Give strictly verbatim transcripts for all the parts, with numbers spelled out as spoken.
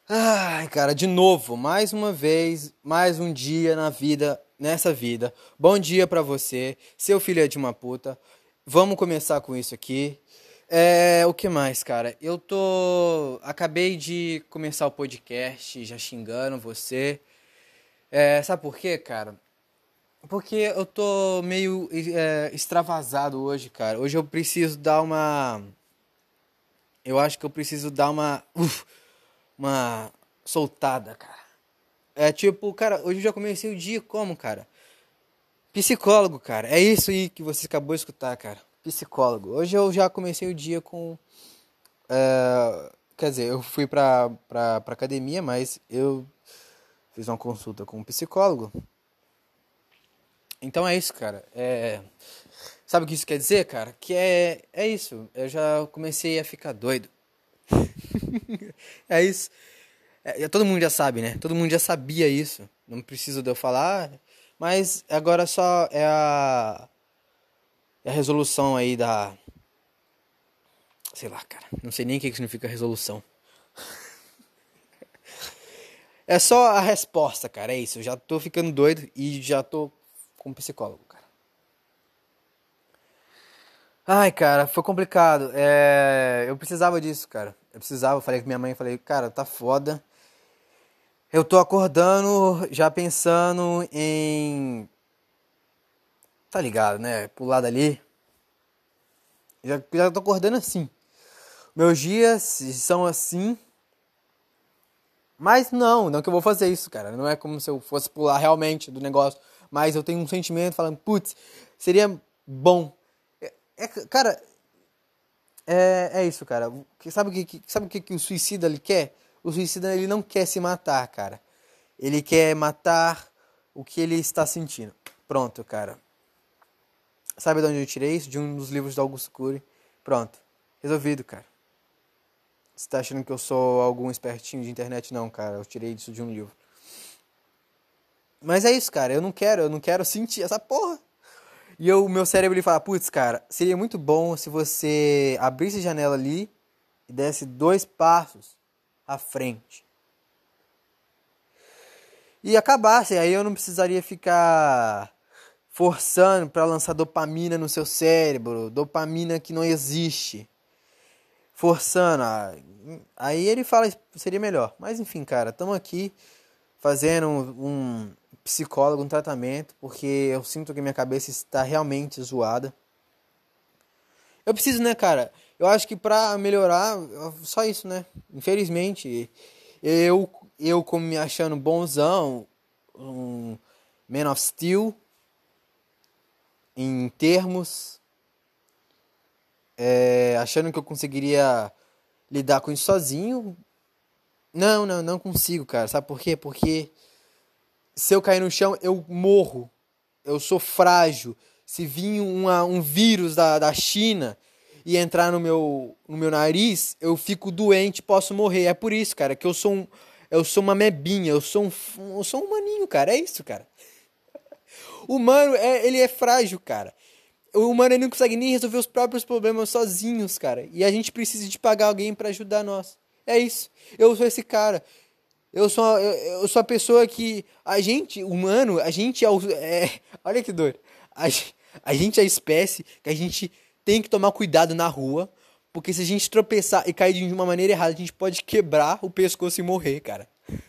Ai, cara, de novo, mais uma vez, mais um dia na vida, nessa vida. Bom dia pra você, seu filho é de uma puta. Vamos começar com isso aqui. É, o que mais, cara? Eu tô. Acabei de começar o podcast já xingando você. É, sabe por quê, cara? Porque eu tô meio é, extravasado hoje, cara. Hoje eu preciso dar uma. Eu acho que eu preciso dar uma. uf, uma soltada, cara. É tipo, cara, hoje eu já comecei o dia como, cara? Psicólogo, cara. É isso aí que você acabou de escutar, cara. Psicólogo. Hoje eu já comecei o dia com. é, Quer dizer, eu fui pra, pra, pra academia, mas eu fiz uma consulta com um psicólogo. Então é isso, cara. É... Sabe o que isso quer dizer, cara? Que é, é isso. Eu já comecei a ficar doido. É isso. É, todo mundo já sabe, né? Todo mundo já sabia isso. Não precisa de eu falar. Mas agora só é a, é a resolução aí da. Sei lá, cara. Não sei nem o que significa resolução. É só a resposta, cara. É isso. Eu já tô ficando doido e já tô com um psicólogo, cara. Ai, cara, foi complicado. É... Eu precisava disso, cara. Eu precisava. Eu falei com minha mãe, falei, cara, tá foda. Eu tô acordando já pensando em. Tá ligado, né? Pular dali. Já, já tô acordando assim. Meus dias são assim. Mas não, não que eu vou fazer isso, cara. Não é como se eu fosse pular realmente do negócio. Mas eu tenho um sentimento falando, putz, seria bom. É, é, cara, é, é isso, cara. Que- Sabe o que, que- sabe o que, que o suicida ele quer? O suicida ele não quer se matar, cara. Ele quer matar o que ele está sentindo. Pronto, cara. Sabe de onde eu tirei isso? De um dos livros do Augusto Cury. Pronto. Resolvido, cara. Você tá achando que eu sou algum espertinho de internet? Não, cara. Eu tirei isso de um livro. Mas é isso, cara. Eu não quero, eu não quero sentir essa porra. E eu, o meu cérebro ele fala, putz, cara, seria muito bom se você abrisse a janela ali e desse dois passos à frente. E acabasse, aí eu não precisaria ficar forçando pra lançar dopamina no seu cérebro, dopamina que não existe. Forçando. ah, Aí ele fala que seria melhor. Mas enfim, cara, estamos aqui fazendo um psicólogo, um tratamento, porque eu sinto que minha cabeça está realmente zoada. Eu preciso, né, cara? Eu acho que pra melhorar, só isso, né? Infelizmente, eu, eu como me achando bonzão, um Man of Steel, em termos, é, achando que eu conseguiria lidar com isso sozinho. Não, não, não consigo, cara. Sabe por quê? Porque se eu cair no chão, eu morro. Eu sou frágil. Se vir uma, um vírus da, da China e entrar no meu, no meu nariz, eu fico doente, posso morrer. É por isso, cara, que eu sou um, eu sou uma mebinha, eu sou um, eu sou um maninho, cara. É isso, cara. O humano, é, ele é frágil, cara. O humano ele não consegue nem resolver os próprios problemas sozinhos, cara. E a gente precisa de pagar alguém pra ajudar nós. É isso. Eu sou esse cara. Eu sou, eu, eu sou a pessoa que. A gente, humano, a gente é. o- é olha que doido. A, gen- a gente é a espécie que a gente tem que tomar cuidado na rua. Porque se a gente tropeçar e cair de uma maneira errada, a gente pode quebrar o pescoço e morrer, cara.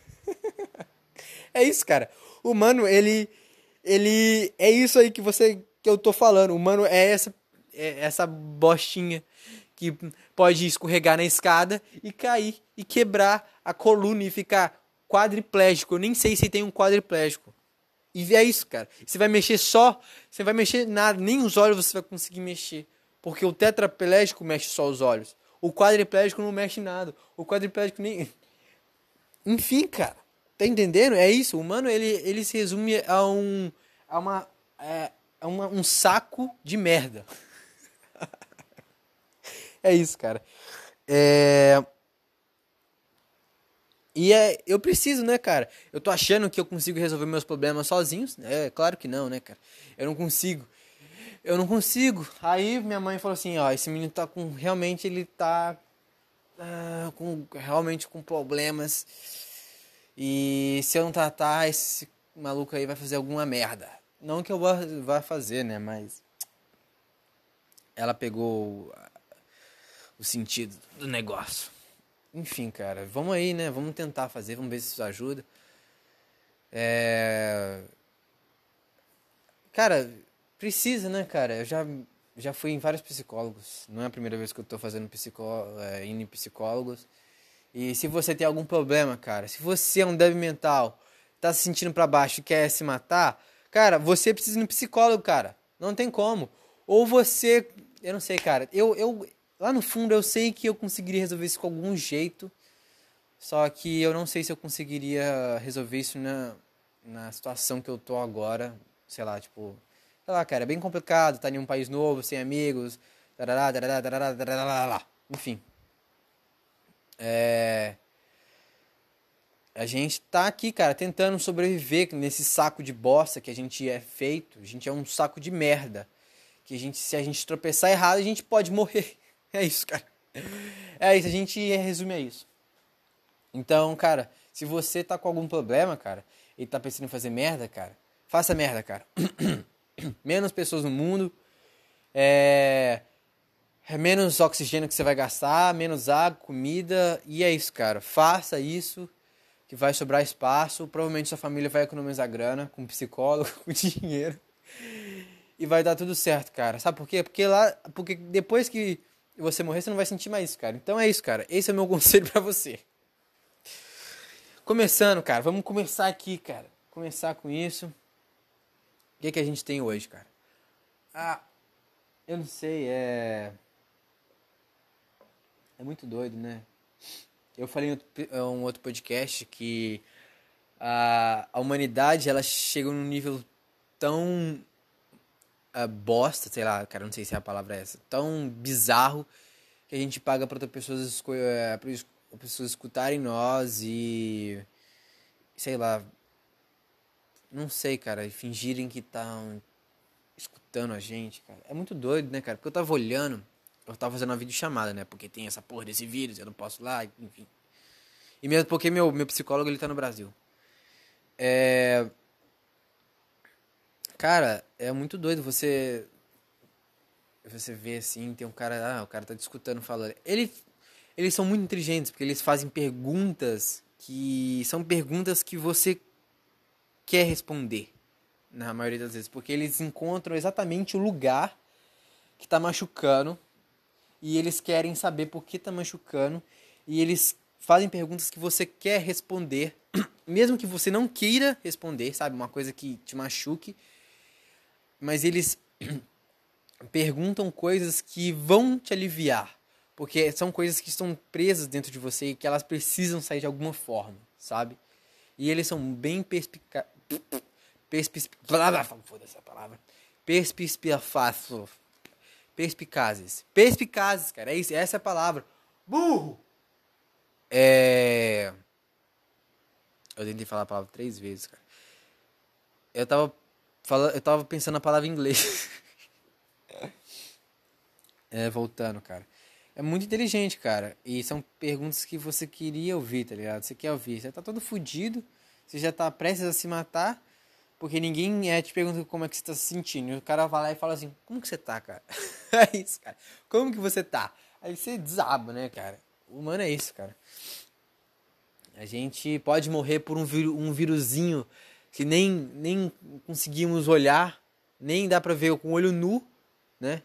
É isso, cara. O humano, ele. Ele. É isso aí que você. Que eu tô falando. O humano é essa. É essa bostinha que pode escorregar na escada e cair e quebrar a coluna e ficar quadriplégico. Eu nem sei se tem um quadriplégico. E é isso, cara. Você vai mexer só, você vai mexer nada, nem os olhos você vai conseguir mexer. Porque o tetraplégico mexe só os olhos. O quadriplégico não mexe nada. O quadriplégico nem. Enfim, cara. Tá entendendo? É isso. O humano, ele, ele se resume a um. A uma. É, a uma, um saco de merda. É isso, cara. É. E é, eu preciso, né, cara? Eu tô achando que eu consigo resolver meus problemas sozinhos. É claro que não, né, cara? Eu não consigo. Eu não consigo. Aí minha mãe falou assim, ó, esse menino tá com. Realmente ele tá. ah, com, realmente com problemas. E se eu não tratar, esse maluco aí vai fazer alguma merda. Não que eu vá, vá fazer, né? Mas ela pegou o sentido do negócio. Enfim, cara, vamos aí, né? Vamos tentar fazer, vamos ver se isso ajuda. É... Cara, precisa, né, cara? Eu já, já fui em vários psicólogos. Não é a primeira vez que eu tô fazendo psicó... é, indo em psicólogos. E se você tem algum problema, cara, se você é um débil mental, tá se sentindo pra baixo e quer se matar, cara, você precisa ir no psicólogo, cara. Não tem como. Ou você, eu não sei, cara. Eu, eu lá no fundo eu sei que eu conseguiria resolver isso com algum jeito. Só que eu não sei se eu conseguiria resolver isso na, na situação que eu tô agora. Sei lá, tipo, sei lá, cara, é bem complicado, tá em um país novo, sem amigos, tarará, tarará, tarará, tarará, tarará. Enfim. É, a gente tá aqui, cara, tentando sobreviver nesse saco de bosta que a gente é feito. A gente é um saco de merda. Que a gente, se a gente tropeçar errado, a gente pode morrer. É isso, cara. É isso, a gente resume a isso. Então, cara, se você tá com algum problema, cara, e tá pensando em fazer merda, cara, faça merda, cara. Menos pessoas no mundo, é... é menos oxigênio que você vai gastar, menos água, comida, e é isso, cara. Faça isso, que vai sobrar espaço. Provavelmente sua família vai economizar grana com psicólogo, com dinheiro. E vai dar tudo certo, cara. Sabe por quê? Porque lá, porque depois que você morrer, você não vai sentir mais isso, cara. Então é isso, cara. Esse é o meu conselho pra você. Começando, cara. Vamos começar aqui, cara. Começar com isso. O que, que a gente tem hoje, cara? Ah, eu não sei, é... É muito doido, né? Eu falei em outro, em um outro podcast que a, a humanidade, ela chega num nível tão uh, bosta, sei lá, cara, não sei se a palavra é essa, tão bizarro que a gente paga para outras pessoas, uh, para pessoas escutarem nós e, sei lá, não sei, cara, fingirem que estão escutando a gente, cara. É muito doido, né, cara? Porque eu tava olhando, eu tava fazendo uma videochamada, né? Porque tem essa porra desse vírus, eu não posso ir lá, enfim. E mesmo porque meu, meu psicólogo, ele tá no Brasil. É... Cara, é muito doido você... Você vê assim, tem um cara... Ah, o cara tá te escutando falando. Ele, eles são muito inteligentes, porque eles fazem perguntas que... São perguntas que você quer responder, na maioria das vezes. Porque eles encontram exatamente o lugar que tá machucando e eles querem saber por que tá machucando e eles fazem perguntas que você quer responder, mesmo que você não queira responder, sabe? Uma coisa que te machuque, mas eles perguntam coisas que vão te aliviar, porque são coisas que estão presas dentro de você e que elas precisam sair de alguma forma, sabe? E eles são bem perspicazes. Perspic... Foda-se a palavra. Perspicazes. Perspicazes. Perspicazes, cara. É isso, essa é a palavra. Burro! É... Eu tentei falar a palavra três vezes, cara. Eu tava, fala... eu tava pensando na palavra em inglês. É, voltando, cara. É muito inteligente, cara. E são perguntas que você queria ouvir, tá ligado? Você quer ouvir. Você tá todo fudido. Você já tá prestes a se matar. Porque ninguém é, te pergunta como é que você tá se sentindo. E o cara vai lá e fala assim, como que você tá, cara? É isso, cara. Como que você tá? Aí você desaba, né, cara? O humano é isso, cara. A gente pode morrer por um, vir, um vírusinho que nem, nem conseguimos olhar, nem dá pra ver com o olho nu, né?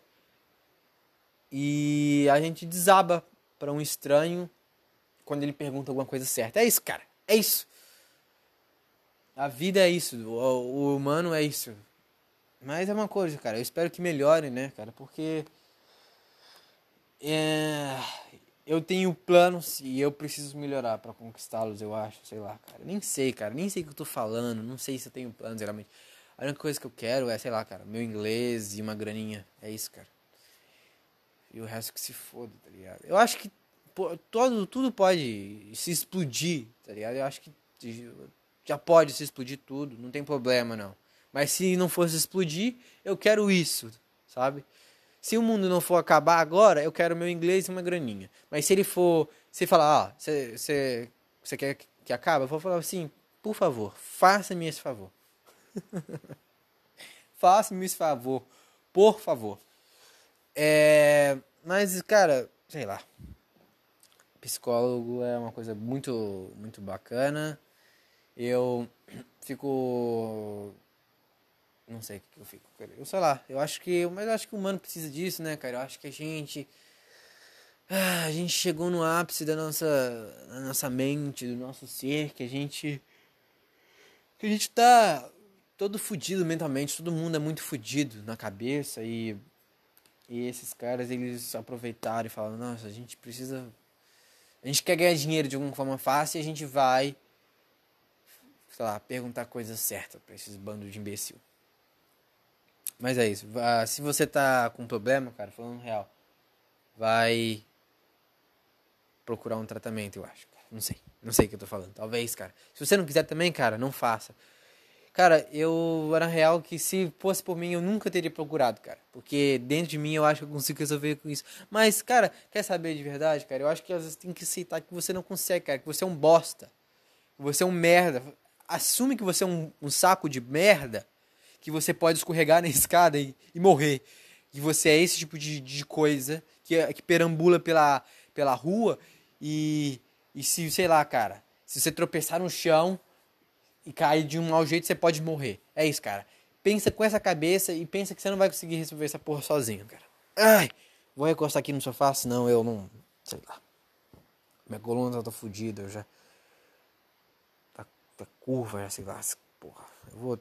E a gente desaba pra um estranho quando ele pergunta alguma coisa certa. É isso, cara. É isso. A vida é isso. O, o humano é isso. Mas é uma coisa, cara. Eu espero que melhore, né, cara? Porque... É... Eu tenho planos e eu preciso melhorar pra conquistá-los, eu acho. Sei lá, cara. Nem sei, cara. Nem sei o que eu tô falando. Não sei se eu tenho planos, geralmente. A única coisa que eu quero é, sei lá, cara, meu inglês e uma graninha. É isso, cara. E o resto que se foda, tá ligado? Eu acho que pô, todo, tudo pode se explodir, tá ligado? Eu acho que já pode se explodir tudo, não tem problema, não. Mas se não fosse explodir, eu quero isso, sabe? Se o mundo não for acabar agora, eu quero meu inglês e uma graninha. Mas se ele for, se falar, ó, você quer que acabe? Eu vou falar assim, por favor, faça-me esse favor. Faça-me esse favor, por favor. É, mas, cara, sei lá. Psicólogo é uma coisa muito, muito bacana. Eu fico... Não sei o que eu fico. Eu sei lá, eu acho que... Mas eu acho que o humano precisa disso, né, cara? Eu acho que a gente... Ah, a gente chegou no ápice da nossa, da nossa mente, do nosso ser, que a gente... Que a gente tá todo fudido mentalmente. Todo mundo é muito fudido na cabeça e... E esses caras, eles aproveitaram e falaram, nossa, a gente precisa... A gente quer ganhar dinheiro de alguma forma fácil e a gente vai, sei lá, perguntar coisas certas pra esses bandos de imbecil. Mas é isso. Se você tá com problema, cara, falando real, vai procurar um tratamento, eu acho. Cara. Não sei. Não sei o que eu tô falando. Talvez, cara. Se você não quiser também, cara, não faça. Cara, eu, era real que se fosse por mim, eu nunca teria procurado, cara. Porque dentro de mim eu acho que eu consigo resolver com isso. Mas, cara, quer saber de verdade, cara? Eu acho que às vezes tem que aceitar que você não consegue, cara. Que você é um bosta. Que você é um merda. Assume que você é um, um saco de merda. Que você pode escorregar na escada e, e morrer. Que você é esse tipo de, de coisa que, que perambula pela, pela rua. E, e se, sei lá, cara, se você tropeçar no chão... E cair de um mau jeito, você pode morrer. É isso, cara. Pensa com essa cabeça e pensa que você não vai conseguir resolver essa porra sozinho, cara. Ai, vou recostar aqui no sofá, senão eu não... Sei lá. Minha coluna tá fodida, eu já... Tá, tá curva, já sei lá. Porra, eu vou...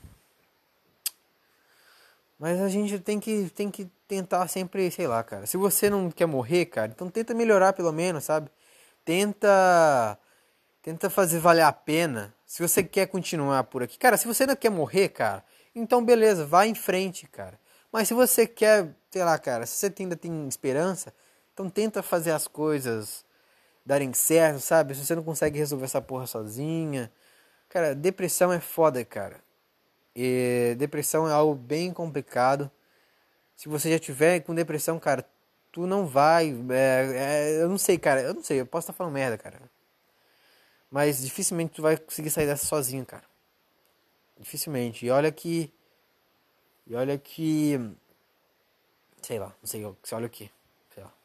Mas a gente tem que, tem que tentar sempre, sei lá, cara. Se você não quer morrer, cara, então tenta melhorar pelo menos, sabe? Tenta... Tenta fazer valer a pena. Se você quer continuar por aqui. Cara, se você não quer morrer, cara, então beleza, vai em frente, cara. Mas se você quer, sei lá, cara, se você ainda tem esperança, então tenta fazer as coisas darem certo, sabe? Se você não consegue resolver essa porra sozinha. Cara, depressão é foda, cara. E depressão é algo bem complicado. Se você já tiver com depressão, cara, tu não vai. É, é, eu não sei, cara. Eu não sei, eu posso estar falando merda, cara. Mas dificilmente tu vai conseguir sair dessa sozinho, cara. Dificilmente. E olha que... E olha que... Sei lá, não sei, você olha o que. Sei lá.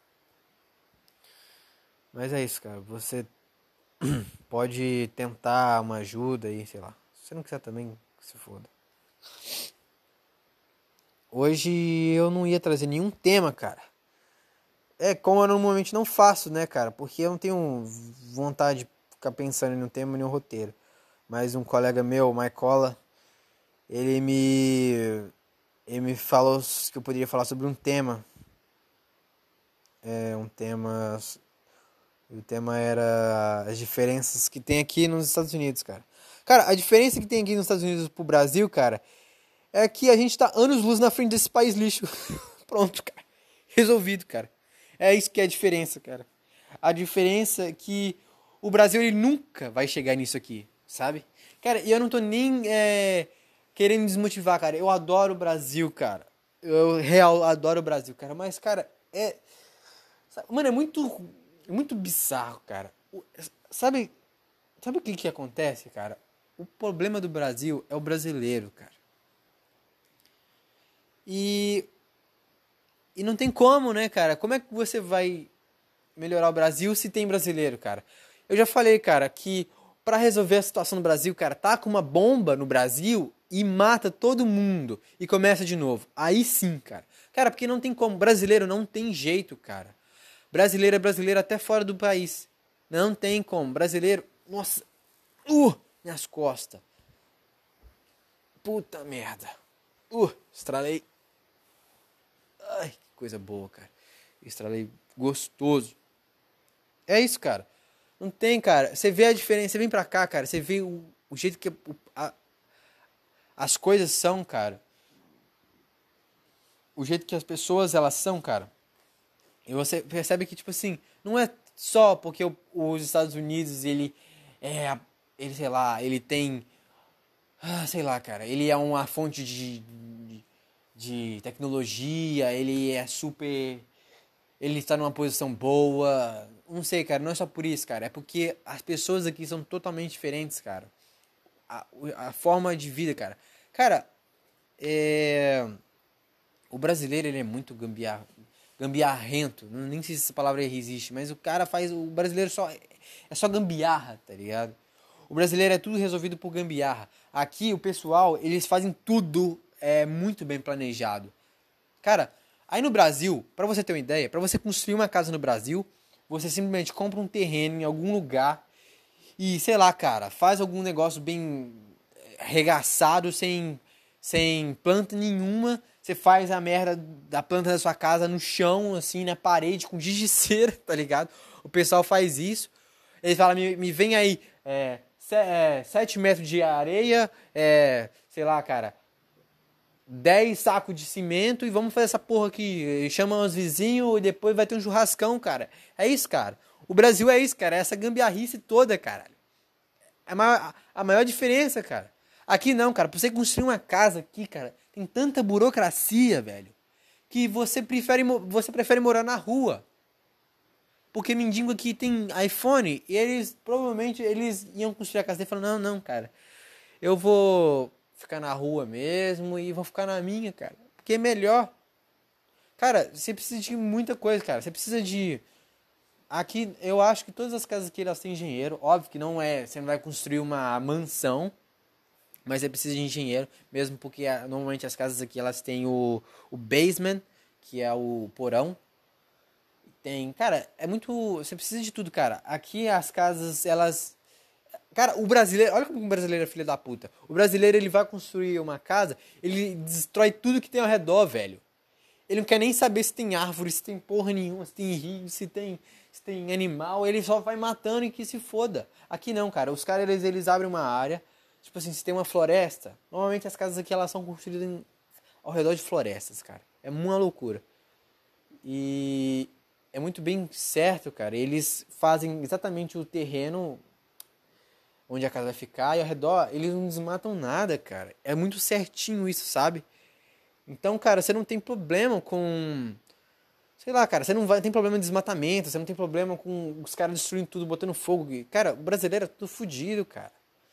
Mas é isso, cara. Você pode tentar uma ajuda aí, sei lá. Se você não quiser também, se foda. Hoje eu não ia trazer nenhum tema, cara. É como eu normalmente não faço, né, cara? Porque eu não tenho vontade de ficar pensando em um tema, nem um roteiro. Mas um colega meu, Maicola, ele me... Ele me falou que eu poderia falar sobre um tema. É um tema... O tema era as diferenças que tem aqui nos Estados Unidos, cara. Cara, a diferença que tem aqui nos Estados Unidos pro Brasil, cara, é que a gente tá anos-luz na frente desse país lixo. Pronto, cara. Resolvido, cara. É isso que é a diferença, cara. A diferença é que o Brasil, ele nunca vai chegar nisso aqui, sabe? Cara, e eu não tô nem é, querendo desmotivar, cara. Eu adoro o Brasil, cara. Eu real adoro o Brasil, cara. Mas, cara, é... Mano, é muito... É muito bizarro, cara. Sabe, sabe o que que acontece, cara? O problema do Brasil é o brasileiro, cara. E... E não tem como, né, cara? Como é que você vai melhorar o Brasil se tem brasileiro, cara? Eu já falei, cara, que pra resolver a situação no Brasil, cara, taca uma bomba no Brasil e mata todo mundo e começa de novo. Aí sim, cara. Cara, porque não tem como. Brasileiro não tem jeito, cara. Brasileiro é brasileiro até fora do país. Não tem como. Brasileiro... Nossa. Uh! Minhas costas. Puta merda. Uh! Estralei. Ai, que coisa boa, cara. Estralei gostoso. É isso, cara. Não tem, cara. Você vê a diferença. Você vem pra cá, cara. Você vê o, o jeito que o, a, as coisas são, cara. O jeito que as pessoas, elas são, cara. E você percebe que, tipo assim, não é só porque o, os Estados Unidos, ele é, ele, sei lá, ele tem, ah, sei lá, cara, ele é uma fonte de, de, de tecnologia, ele é super... Ele está numa posição boa. Não sei, cara, não é só por isso, cara. É porque as pessoas aqui são totalmente diferentes, cara. A, a forma de vida, cara. Cara, é... O brasileiro, ele é muito gambiar, gambiarrento. Nem sei se essa palavra existe, mas o cara faz... O brasileiro só... É só gambiarra, tá ligado? O brasileiro é tudo resolvido por gambiarra. Aqui, o pessoal, eles fazem tudo é, muito bem planejado. Cara, aí no Brasil, pra você ter uma ideia, pra você construir uma casa no Brasil, você simplesmente compra um terreno em algum lugar e, sei lá, cara, faz algum negócio bem arregaçado, sem, sem planta nenhuma. Você faz a merda da planta da sua casa no chão, assim, na parede, com giz de cera, tá ligado? O pessoal faz isso. Eles falam, me, me vem aí, é, sete metros de areia, é, sei lá, cara, dez sacos de cimento e vamos fazer essa porra aqui. Chama os vizinhos e depois vai ter um churrascão, cara. É isso, cara. O Brasil é isso, cara. É essa gambiarrice toda, caralho. É a maior, a maior diferença, cara. Aqui não, cara. Pra você construir uma casa aqui, cara, tem tanta burocracia, velho, que você prefere, você prefere morar na rua. Porque mendigo aqui tem iPhone e eles, provavelmente, eles iam construir a casa dele e falaram, não, não, cara, eu vou ficar na rua mesmo e vou ficar na minha, cara. Porque é melhor. Cara, você precisa de muita coisa, cara. Você precisa de... Aqui, eu acho que todas as casas aqui, elas têm engenheiro. Óbvio que não é... Você não vai construir uma mansão, mas você precisa de engenheiro. Mesmo porque, normalmente, as casas aqui, elas têm o, o basement, que é o porão. Tem... Cara, é muito... Você precisa de tudo, cara. Aqui, as casas, elas... Cara, o brasileiro... Olha como o brasileiro é filho da puta. O brasileiro, ele vai construir uma casa, ele destrói tudo que tem ao redor, velho. Ele não quer nem saber se tem árvore, se tem porra nenhuma, se tem rio, se tem, se tem animal. Ele só vai matando e que se foda. Aqui não, cara. Os caras, eles, eles abrem uma área. Tipo assim, se tem uma floresta... Normalmente as casas aqui, elas são construídas em, ao redor de florestas, cara. É uma loucura. E... É muito bem certo, cara. Eles fazem exatamente o terreno onde a casa vai ficar e ao redor eles não desmatam nada, cara. É muito certinho isso, sabe? Então, cara, você não tem problema com... Sei lá, cara, você não vai, tem problema de desmatamento, você não tem problema com os caras destruindo tudo, botando fogo. Cara, o brasileiro é tudo fodido, cara.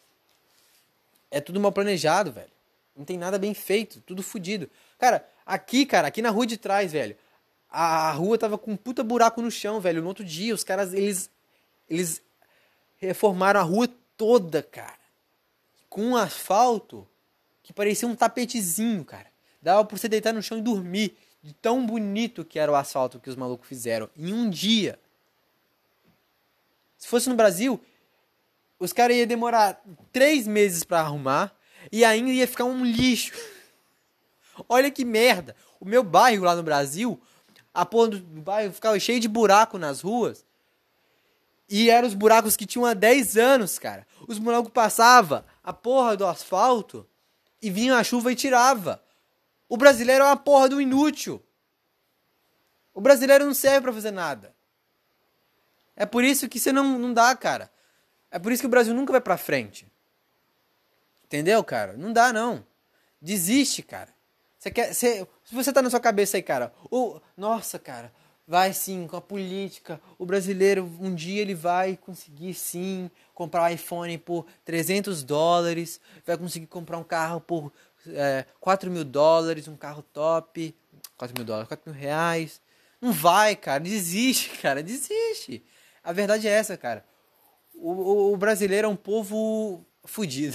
É tudo mal planejado, velho. Não tem nada bem feito, tudo fodido. Cara, aqui, cara, aqui na rua de trás, velho, a rua tava com um puta buraco no chão, velho. No outro dia, os caras, eles... Eles reformaram a rua toda, cara. Com um asfalto que parecia um tapetezinho, cara. Dava pra você deitar no chão e dormir. De tão bonito que era o asfalto que os malucos fizeram. Em um dia. Se fosse no Brasil, os caras iam demorar três meses pra arrumar. E ainda ia ficar um lixo. Olha que merda. O meu bairro lá no Brasil... A porra do bairro ficava cheio de buraco nas ruas. E eram os buracos que tinham há dez anos, cara. Os buracos passavam a porra do asfalto e vinha a chuva e tirava. O brasileiro é uma porra do inútil. O brasileiro não serve pra fazer nada. É por isso que você não, não dá, cara. É por isso que o Brasil nunca vai pra frente. Entendeu, cara? Não dá, não. Desiste, cara. Você quer, você, se você tá na sua cabeça aí, cara, o, nossa, cara, vai sim, com a política, o brasileiro, um dia ele vai conseguir sim comprar um iPhone por trezentos dólares, vai conseguir comprar um carro por é, quatro mil dólares, um carro top, quatro mil dólares, quatro mil reais. Não vai, cara, desiste, cara, desiste. A verdade é essa, cara. O, o, o brasileiro é um povo fudido.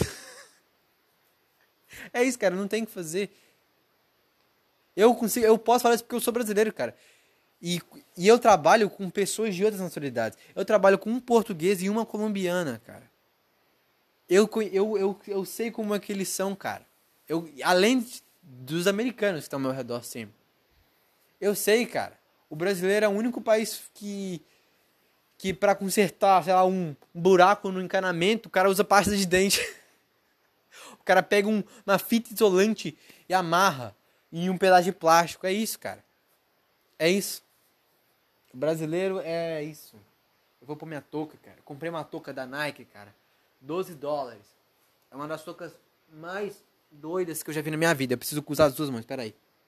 É isso, cara, não tem o que fazer. Eu consigo, eu posso falar isso porque eu sou brasileiro, cara. E, e eu trabalho com pessoas de outras nacionalidades. Eu trabalho com um português e uma colombiana, cara. Eu, eu, eu, eu sei como é que eles são, cara. Eu, além dos americanos que estão ao meu redor sempre. Eu sei, cara. O brasileiro é o único país que, que pra consertar, sei lá, um buraco no encanamento, o cara usa pasta de dente. O cara pega um, uma fita isolante e amarra em um pedaço de plástico. É isso, cara. É isso. O brasileiro é isso. Eu vou pôr minha touca, cara. Comprei uma touca da Nike, cara. doze dólares. É uma das toucas mais doidas que eu já vi na minha vida. Eu preciso usar as duas mãos. Pera aí.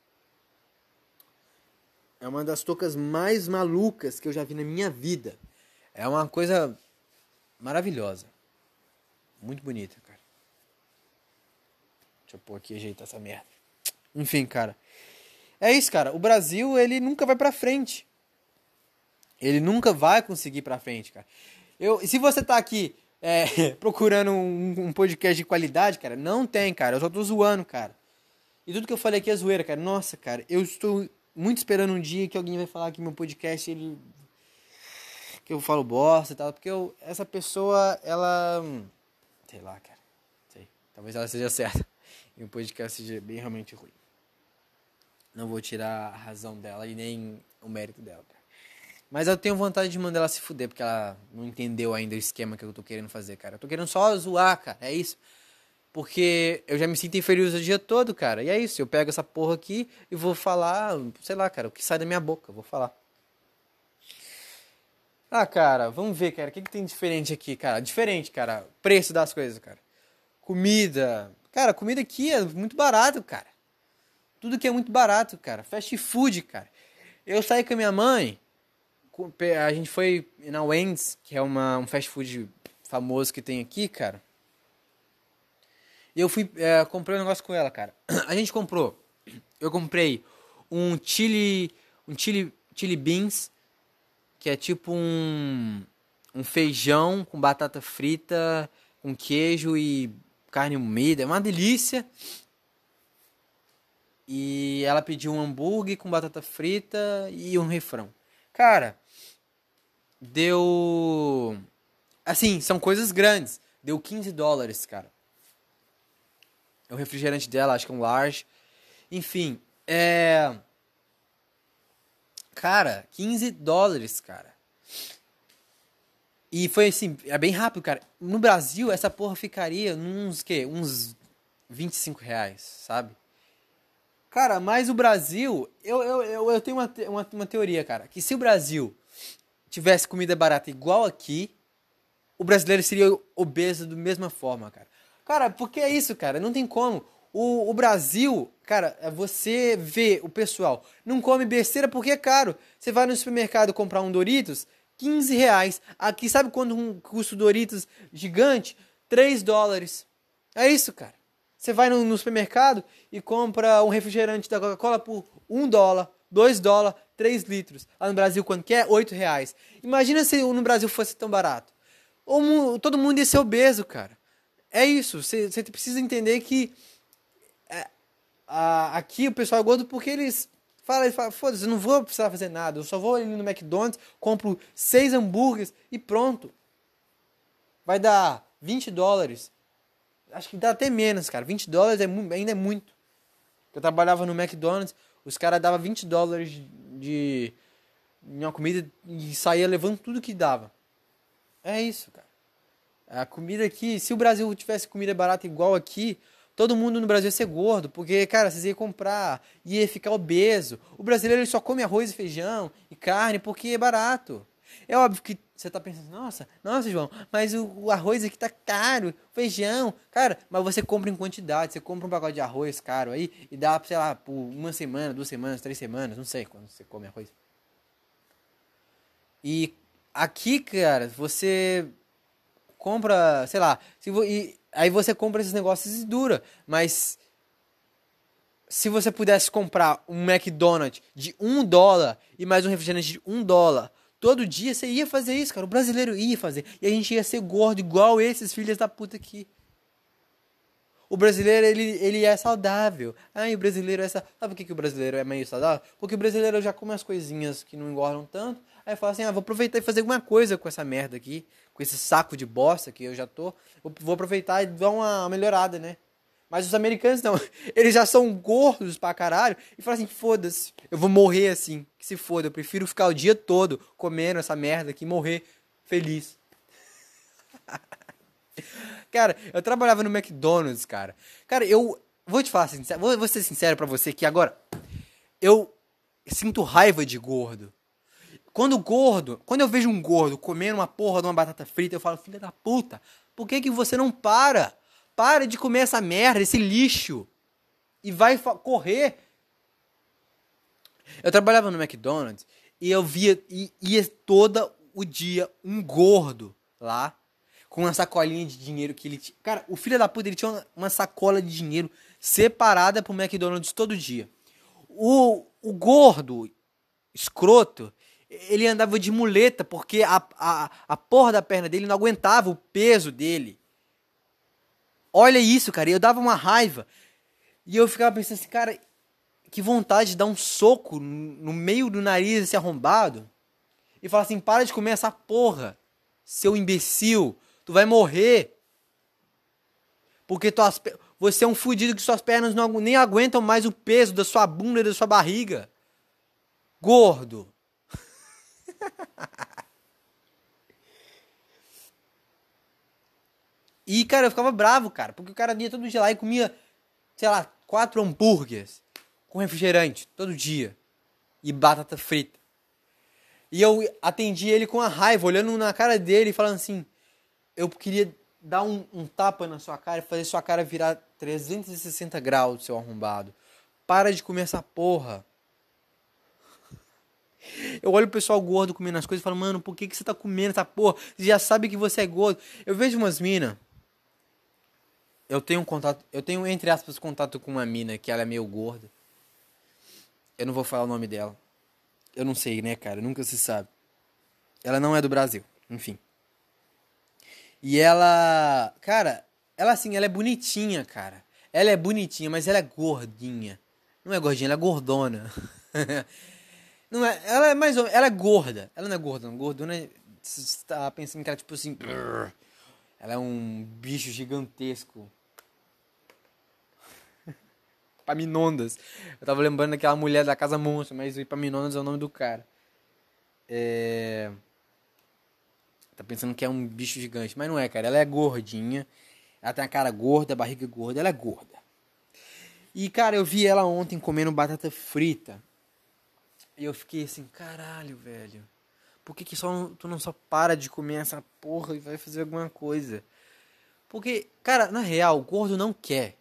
É uma das toucas mais malucas que eu já vi na minha vida. É uma coisa maravilhosa. Muito bonita, cara. Deixa eu pôr aqui e ajeitar essa merda. Enfim, cara. É isso, cara. O Brasil, ele nunca vai pra frente. Ele nunca vai conseguir ir pra frente, cara. Eu, se você tá aqui é, procurando um, um podcast de qualidade, cara, não tem, cara. Eu só tô zoando, cara. E tudo que eu falei aqui é zoeira, cara. Nossa, cara, eu estou muito esperando um dia que alguém vai falar que meu podcast, ele... que eu falo bosta e tal. Porque eu, essa pessoa, ela... sei lá, cara. Sei. Talvez ela seja certa. E o podcast seja bem realmente ruim. Não vou tirar a razão dela e nem o mérito dela, cara. Mas eu tenho vontade de mandar ela se fuder, porque ela não entendeu ainda o esquema que eu tô querendo fazer, cara. Eu tô querendo só zoar, cara. É isso. Porque eu já me sinto infeliz o dia todo, cara. E é isso. Eu pego essa porra aqui e vou falar, sei lá, cara, o que sai da minha boca. Eu vou falar. Ah, cara, vamos ver, cara. O que, que tem diferente aqui, cara? Diferente, cara. Preço das coisas, cara. Comida. Cara, comida aqui é muito barato, cara. Tudo que é muito barato, cara. Fast food, cara. Eu saí com a minha mãe. A gente foi na Wendy's, que é uma, um fast food famoso que tem aqui, cara. E eu fui, é, comprei um negócio com ela, cara. A gente comprou. Eu comprei um chili, um chili, chili beans, que é tipo um, um feijão com batata frita, com queijo e carne moída. É uma delícia. E ela pediu um hambúrguer com batata frita e um refrão. Cara, deu... assim, são coisas grandes. Deu quinze dólares, cara. É o refrigerante dela, acho que é um large. Enfim, é... cara, quinze dólares, cara. E foi assim, é bem rápido, cara. No Brasil, essa porra ficaria uns, quê? Uns vinte e cinco reais, sabe? Cara, mas o Brasil, eu, eu, eu, eu tenho uma, uma, uma teoria, cara. Que se o Brasil tivesse comida barata igual aqui, o brasileiro seria obeso da mesma forma, cara. Cara, porque é isso, cara. Não tem como. O, o Brasil, cara, você vê o pessoal não come besteira porque é caro. Você vai no supermercado comprar um Doritos, quinze reais. Aqui, sabe quanto um custa o Doritos gigante? três dólares. É isso, cara. Você vai no, no supermercado e compra um refrigerante da Coca-Cola por um dólar, dois dólares, três litros. Lá no Brasil, quanto que é? oito reais. Imagina se no Brasil fosse tão barato. Ou, todo mundo ia ser obeso, cara. É isso. Você, você precisa entender que é, a, aqui o pessoal é gordo porque eles falam, eles falam, foda-se, eu não vou precisar fazer nada. Eu só vou ali no McDonald's, compro seis hambúrgueres e pronto. Vai dar vinte dólares. Acho que dá até menos, cara. vinte dólares é mu- ainda é muito. Eu trabalhava no McDonald's, os caras davam vinte dólares de, de uma comida e saía levando tudo que dava. É isso, cara. A comida aqui, se o Brasil tivesse comida barata igual aqui, todo mundo no Brasil ia ser gordo, porque, cara, vocês iam comprar, ia ficar obeso. O brasileiro ele só come arroz e feijão e carne porque é barato. É óbvio que você tá pensando, nossa, nossa, João, mas o, o arroz aqui tá caro, feijão, cara, mas você compra em quantidade, você compra um pacote de arroz caro aí e dá, sei lá, por uma semana, duas semanas, três semanas, não sei quando você come arroz. E aqui, cara, você compra, sei lá, se vo, e, aí você compra esses negócios e dura, mas se você pudesse comprar um McDonald's de um dólar e mais um refrigerante de um dólar todo dia, você ia fazer isso, cara. O brasileiro ia fazer. E a gente ia ser gordo igual esses filhos da puta aqui. O brasileiro, ele, ele é saudável. Ah, e o brasileiro é saudável. Sabe por que, que o brasileiro é meio saudável? Porque o brasileiro já come as coisinhas que não engordam tanto. Aí fala assim, ah, vou aproveitar e fazer alguma coisa com essa merda aqui. Com esse saco de bosta que eu já tô. Vou aproveitar e dar uma melhorada, né? Mas os americanos não. Eles já são gordos pra caralho. E falam assim, foda-se. Eu vou morrer assim. Que se foda. Eu prefiro ficar o dia todo comendo essa merda aqui e morrer feliz. Cara, eu trabalhava no McDonald's, cara. Cara, eu vou te falar sincero, vou, vou ser sincero pra você que agora eu sinto raiva de gordo. Quando gordo, quando eu vejo um gordo comendo uma porra de uma batata frita, eu falo, filha da puta, por que que você não para? Para de comer essa merda, esse lixo. E vai correr. Eu trabalhava no McDonald's e eu via, e ia todo o dia um gordo lá, com uma sacolinha de dinheiro que ele tinha. Cara, o filho da puta, ele tinha uma, uma sacola de dinheiro separada pro McDonald's todo dia. O, o gordo, escroto, ele andava de muleta porque a, a, a porra da perna dele não aguentava o peso dele. Olha isso, cara, e eu dava uma raiva. E eu ficava pensando assim, cara, que vontade de dar um soco no meio do nariz desse arrombado e falar assim, para de comer essa porra, seu imbecil, tu vai morrer. Porque tuas, você é um fudido que suas pernas não, nem aguentam mais o peso da sua bunda e da sua barriga. Gordo. E, cara, eu ficava bravo, cara, porque o cara ia todo dia lá e comia, sei lá, quatro hambúrgueres com refrigerante, todo dia. E batata frita. E eu atendi ele com a raiva, olhando na cara dele e falando assim, eu queria dar um, um tapa na sua cara e fazer sua cara virar trezentos e sessenta graus, seu arrombado. Para de comer essa porra. Eu olho o pessoal gordo comendo as coisas e falo, mano, por que, que você tá comendo essa porra? Você já sabe que você é gordo. Eu vejo umas minas. Eu tenho um contato, eu tenho, entre aspas, contato com uma mina que ela é meio gorda. Eu não vou falar o nome dela. Eu não sei, né, cara? Nunca se sabe. Ela não é do Brasil, enfim. E ela, cara, ela assim, ela é bonitinha, cara. Ela é bonitinha, mas ela é gordinha. Não é gordinha, ela é gordona. Não é, ela é mais ou menos, ela é gorda. Ela não é gordona, gordona, você tá pensando que ela é tipo assim, brrr. Ela é um bicho gigantesco. Epaminondas. Eu tava lembrando daquela mulher da Casa Monstro, mas o Epaminondas é o nome do cara. É... Tá pensando que é um bicho gigante, mas não é, cara. Ela é gordinha. Ela tem a cara gorda, a barriga gorda. Ela é gorda. E, cara, eu vi ela ontem comendo batata frita. E eu fiquei assim, caralho, velho. Por que, que só não, tu não só para de comer essa porra e vai fazer alguma coisa? Porque, cara, na real, o gordo não quer.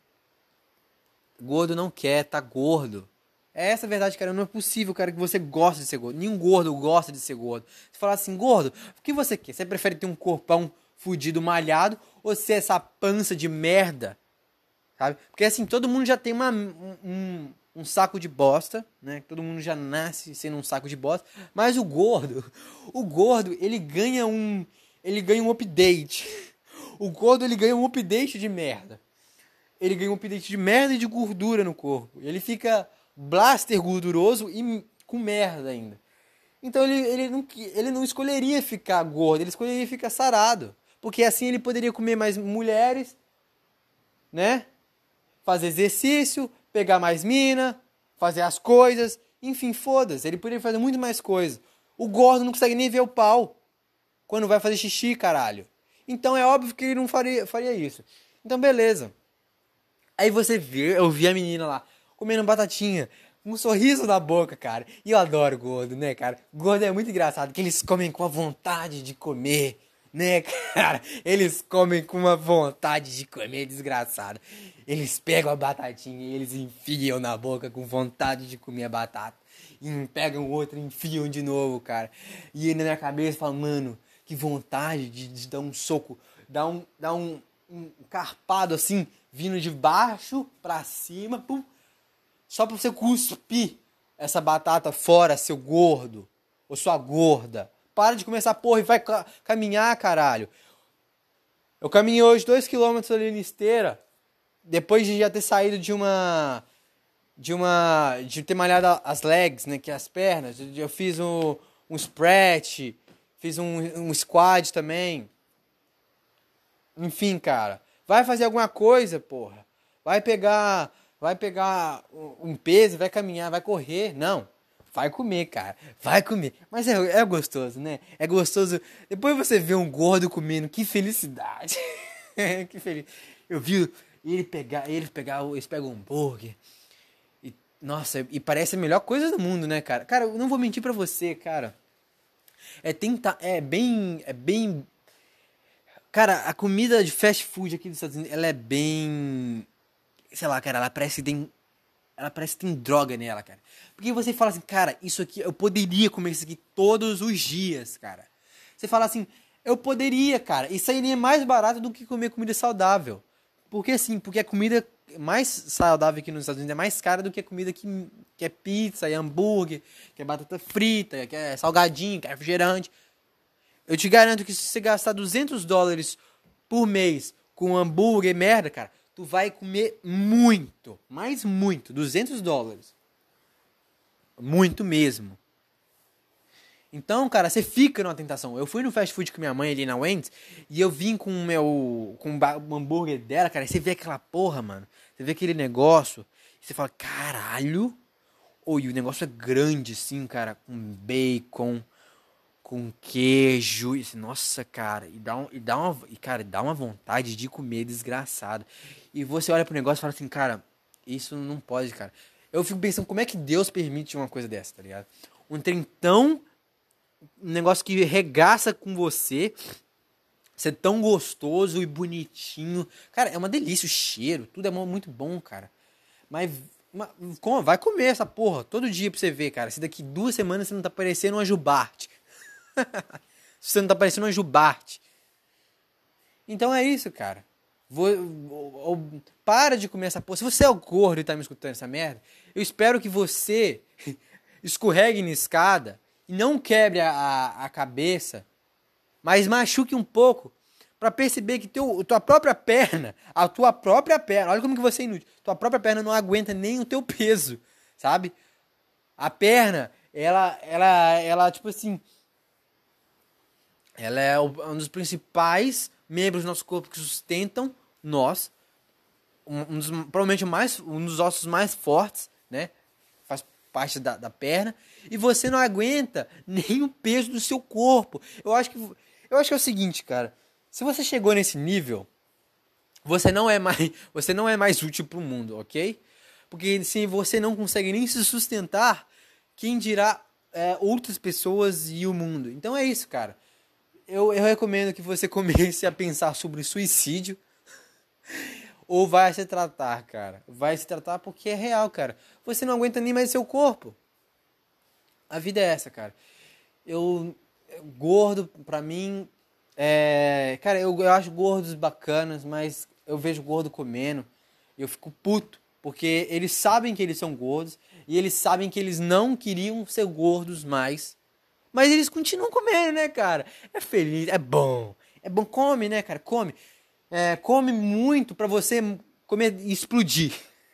Gordo não quer, tá gordo. É essa a verdade, cara. Não é possível, cara, que você gosta de ser gordo. Nenhum gordo gosta de ser gordo. Você fala assim, gordo, o que você quer? Você prefere ter um corpão fudido, malhado, ou ser essa pança de merda? Sabe? Porque assim, todo mundo já tem uma, um, um, um saco de bosta, né? Todo mundo já nasce sendo um saco de bosta. Mas o gordo, o gordo, ele ganha um, ele ganha um update. O gordo, ele ganha um update de merda. Ele ganha um update de merda e de gordura no corpo. Ele fica blaster gorduroso e com merda ainda. Então ele, ele, não, ele não escolheria ficar gordo, ele escolheria ficar sarado. Porque assim ele poderia comer mais mulheres, né? Fazer exercício, pegar mais mina, fazer as coisas. Enfim, foda-se. Ele poderia fazer muito mais coisas. O gordo não consegue nem ver o pau quando vai fazer xixi, caralho. Então é óbvio que ele não faria, faria isso. Então beleza. Aí você vê, eu vi a menina lá, comendo batatinha, com um sorriso na boca, cara. E eu adoro gordo, né, cara? Gordo é muito engraçado, que eles comem com a vontade de comer, né, cara? Eles comem com uma vontade de comer, desgraçado. Eles pegam a batatinha e eles enfiam na boca com vontade de comer a batata. E pegam outra e enfiam de novo, cara. E aí na minha cabeça fala, mano, que vontade de, de dar um soco, dar um, dar um, um carpado assim, vindo de baixo pra cima, pum, só pra você cuspir essa batata fora, seu gordo, ou sua gorda. Para de comer essa porra e vai ca- caminhar, caralho. Eu caminhei hoje dois quilômetros ali na esteira, depois de já ter saído de uma... De uma... De ter malhado as legs, né, que é as pernas. Eu fiz um, um stretch, fiz um, um squat também. Enfim, cara. Vai fazer alguma coisa, porra. Vai pegar, vai pegar um peso, vai caminhar, vai correr. Não. Vai comer, cara. Vai comer. Mas é, é gostoso, né? É gostoso. Depois você vê um gordo comendo. Que felicidade. Que feliz. Eu vi ele pegar, ele pegar, eles pegam um hambúrguer. E, nossa, e parece a melhor coisa do mundo, né, cara? Cara, eu não vou mentir pra você, cara. É tentar, é bem, é bem. Cara, a comida de fast food aqui dos Estados Unidos, ela é bem... Sei lá, cara, ela parece que tem ela parece que tem droga nela, cara. Porque você fala assim, cara, isso aqui, eu poderia comer isso aqui todos os dias, cara. Você fala assim, eu poderia, cara, e sairia mais barato do que comer comida saudável. Porque assim, porque a comida mais saudável aqui nos Estados Unidos é mais cara do que a comida que, que é pizza, é hambúrguer, que é batata frita, que é salgadinho, que é refrigerante. Eu te garanto que se você gastar duzentos dólares por mês com hambúrguer e merda, cara, tu vai comer muito, mas muito, duzentos dólares. Muito mesmo. Então, cara, você fica numa tentação. Eu fui no fast food com minha mãe ali na Wendy's e eu vim com o meu com o hambúrguer dela, cara, e você vê aquela porra, mano. Você vê aquele negócio e você fala, caralho. Oh, e o negócio é grande assim, cara, com bacon, com queijo. E, nossa, cara, e dá, um, e dá uma, e, cara, dá uma vontade de comer desgraçado. E você olha pro negócio e fala assim, cara, isso não pode, cara. Eu fico pensando, como é que Deus permite uma coisa dessa, tá ligado? Um trem tão... Um negócio que regaça com você, ser tão gostoso e bonitinho. Cara, é uma delícia o cheiro, tudo é muito bom, cara. Mas... Vai comer essa porra todo dia pra você ver, cara. Se daqui duas semanas você não tá parecendo uma jubarte. Se você não tá parecendo uma jubarte. Então é isso, cara. Vou, vou, vou, para de comer essa porra. Se você é o gordo e tá me escutando essa merda, eu espero que você escorregue na escada e não quebre a, a, a cabeça, mas machuque um pouco pra perceber que teu, tua própria perna, a tua própria perna, olha como que você é inútil, tua própria perna não aguenta nem o teu peso, sabe? A perna, ela, ela, ela, tipo assim, ela é um dos principais membros do nosso corpo que sustentam nós, um, um dos, provavelmente mais, um dos ossos mais fortes, né? Faz parte da, da perna, e você não aguenta nem o peso do seu corpo. Eu acho que, eu acho que é o seguinte, cara. Se você chegou nesse nível, você não é mais, você não é mais útil para o mundo, ok? Porque se você não consegue nem se sustentar, quem dirá é, outras pessoas e o mundo? Então é isso, cara. Eu, eu recomendo que você comece a pensar sobre suicídio ou vai se tratar, cara. Vai se tratar porque é real, cara. Você não aguenta nem mais seu corpo. A vida é essa, cara. Eu, gordo, pra mim... É, cara, eu, eu acho gordos bacanas, mas eu vejo gordo comendo e eu fico puto, porque eles sabem que eles são gordos e eles sabem que eles não queriam ser gordos mais, mas eles continuam comendo, né, cara? É feliz, é bom, é bom, come, né, cara, come, é, come muito pra você comer e explodir,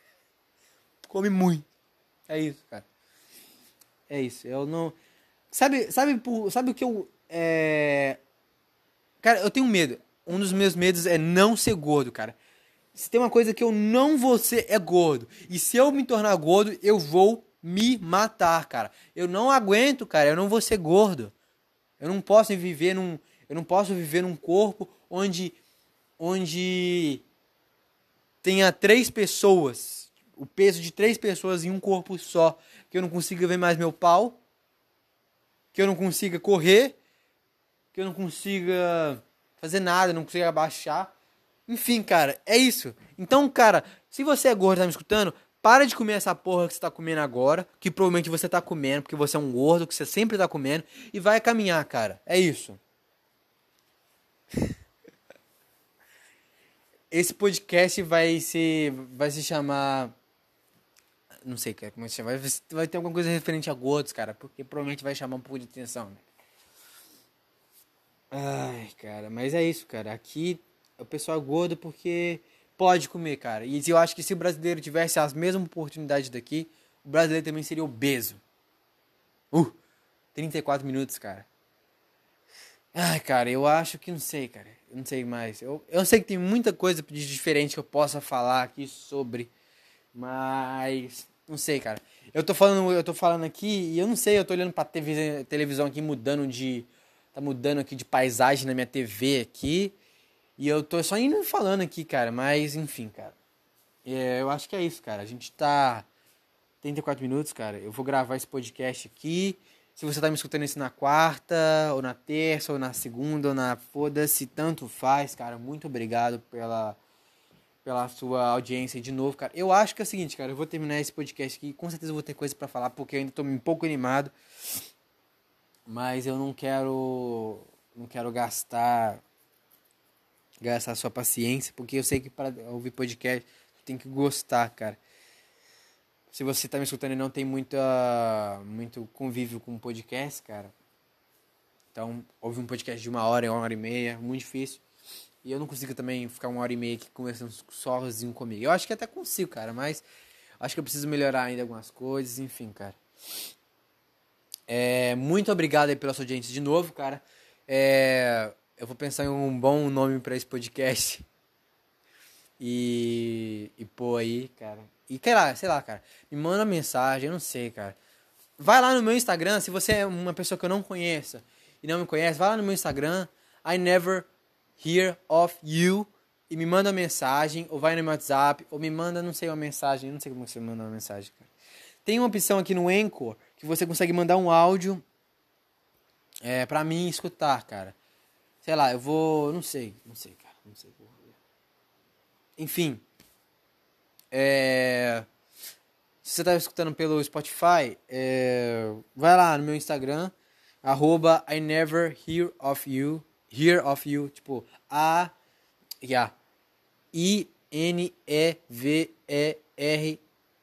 come muito, é isso, cara, é isso, eu não, sabe, sabe, sabe o que eu, é... Cara, eu tenho medo. Um dos meus medos é não ser gordo, cara. Se tem uma coisa que eu não vou ser, é gordo. E se eu me tornar gordo, eu vou me matar, cara. Eu não aguento, cara. Eu não vou ser gordo. Eu não posso viver num, eu não posso viver num corpo onde, onde tenha três pessoas, o peso de três pessoas em um corpo só, que eu não consiga ver mais meu pau, que eu não consiga correr, que eu não consiga fazer nada, não consiga abaixar. Enfim, cara, é isso. Então, cara, se você é gordo e tá me escutando, para de comer essa porra que você tá comendo agora, que provavelmente você tá comendo, porque você é um gordo, que você sempre tá comendo, e vai caminhar, cara. É isso. Esse podcast vai se, vai se chamar... Não sei como é que se chama. Vai, vai ter alguma coisa referente a gordos, cara, porque provavelmente vai chamar um pouco de atenção, né? Ai, cara, mas é isso, cara. Aqui o pessoal é gordo porque pode comer, cara. E eu acho que se o brasileiro tivesse as mesmas oportunidades daqui, o brasileiro também seria obeso. Uh, trinta e quatro minutos, cara. Ai, cara, eu acho que não sei, cara. Eu não sei mais. Eu, eu sei que tem muita coisa de diferente que eu possa falar aqui sobre, mas não sei, cara. Eu tô falando, eu tô falando aqui e eu não sei, eu tô olhando pra televisão aqui mudando de... Tá mudando aqui de paisagem na minha T V aqui. E eu tô só indo falando aqui, cara. Mas, enfim, cara. É, eu acho que é isso, cara. A gente tá... trinta e quatro minutos, cara. Eu vou gravar esse podcast aqui. Se você tá me escutando isso na quarta, ou na terça, ou na segunda, ou na... Foda-se, tanto faz, cara. Muito obrigado pela... pela sua audiência de novo, cara. Eu acho que é o seguinte, cara, eu vou terminar esse podcast aqui, com certeza eu vou ter coisa pra falar, porque eu ainda tô um pouco animado, mas eu não quero, não quero gastar, gastar a sua paciência, porque eu sei que para ouvir podcast, tem que gostar, cara. Se você tá me escutando e não tem muita, muito convívio com podcast, cara, então ouve um podcast de uma hora, uma hora e meia, muito difícil. E eu não consigo também ficar uma hora e meia aqui conversando sozinho comigo. Eu acho que até consigo, cara, mas acho que eu preciso melhorar ainda algumas coisas, enfim, cara. É, muito obrigado aí pela sua audiência de novo, cara. É, eu vou pensar em um bom nome pra esse podcast. E, e pô aí, cara. E sei lá, sei lá, cara. Me manda mensagem, eu não sei, cara. Vai lá no meu Instagram, se você é uma pessoa que eu não conheça e não me conhece, vai lá no meu Instagram, I never hear of you, e me manda uma mensagem, ou vai no meu WhatsApp, ou me manda, não sei, uma mensagem, não sei como você manda uma mensagem, cara. Tem uma opção aqui no Anchor, que você consegue mandar um áudio é, pra mim escutar, cara. Sei lá, eu vou, não sei, não sei, cara, não sei. Enfim, é... se você tá escutando pelo Spotify, é... vai lá no meu Instagram, arroba I never hear of you, hear of you, tipo, A, yeah, I N E V E R,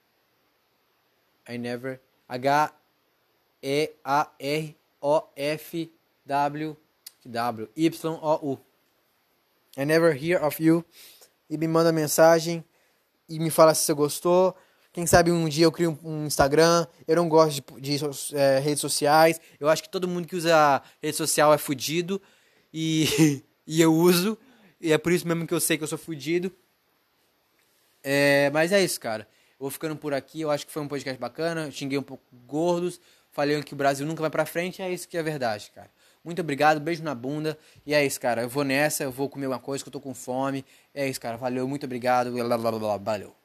I never, H E A R O F W, W, Y O U, I never hear of you, e me manda mensagem, e me fala se você gostou. Quem sabe um dia eu crio um Instagram. Eu não gosto de, de é, redes sociais. Eu acho que todo mundo que usa rede social é fudido. E, e eu uso. E é por isso mesmo que eu sei que eu sou fudido. É, mas é isso, cara. Eu vou ficando por aqui. Eu acho que foi um podcast bacana. Eu xinguei um pouco gordos. Falei que o Brasil nunca vai pra frente. É isso que é verdade, cara. Muito obrigado, beijo na bunda. E é isso, cara. Eu vou nessa, eu vou comer uma coisa que eu tô com fome. É isso, cara. Valeu, muito obrigado. Valeu.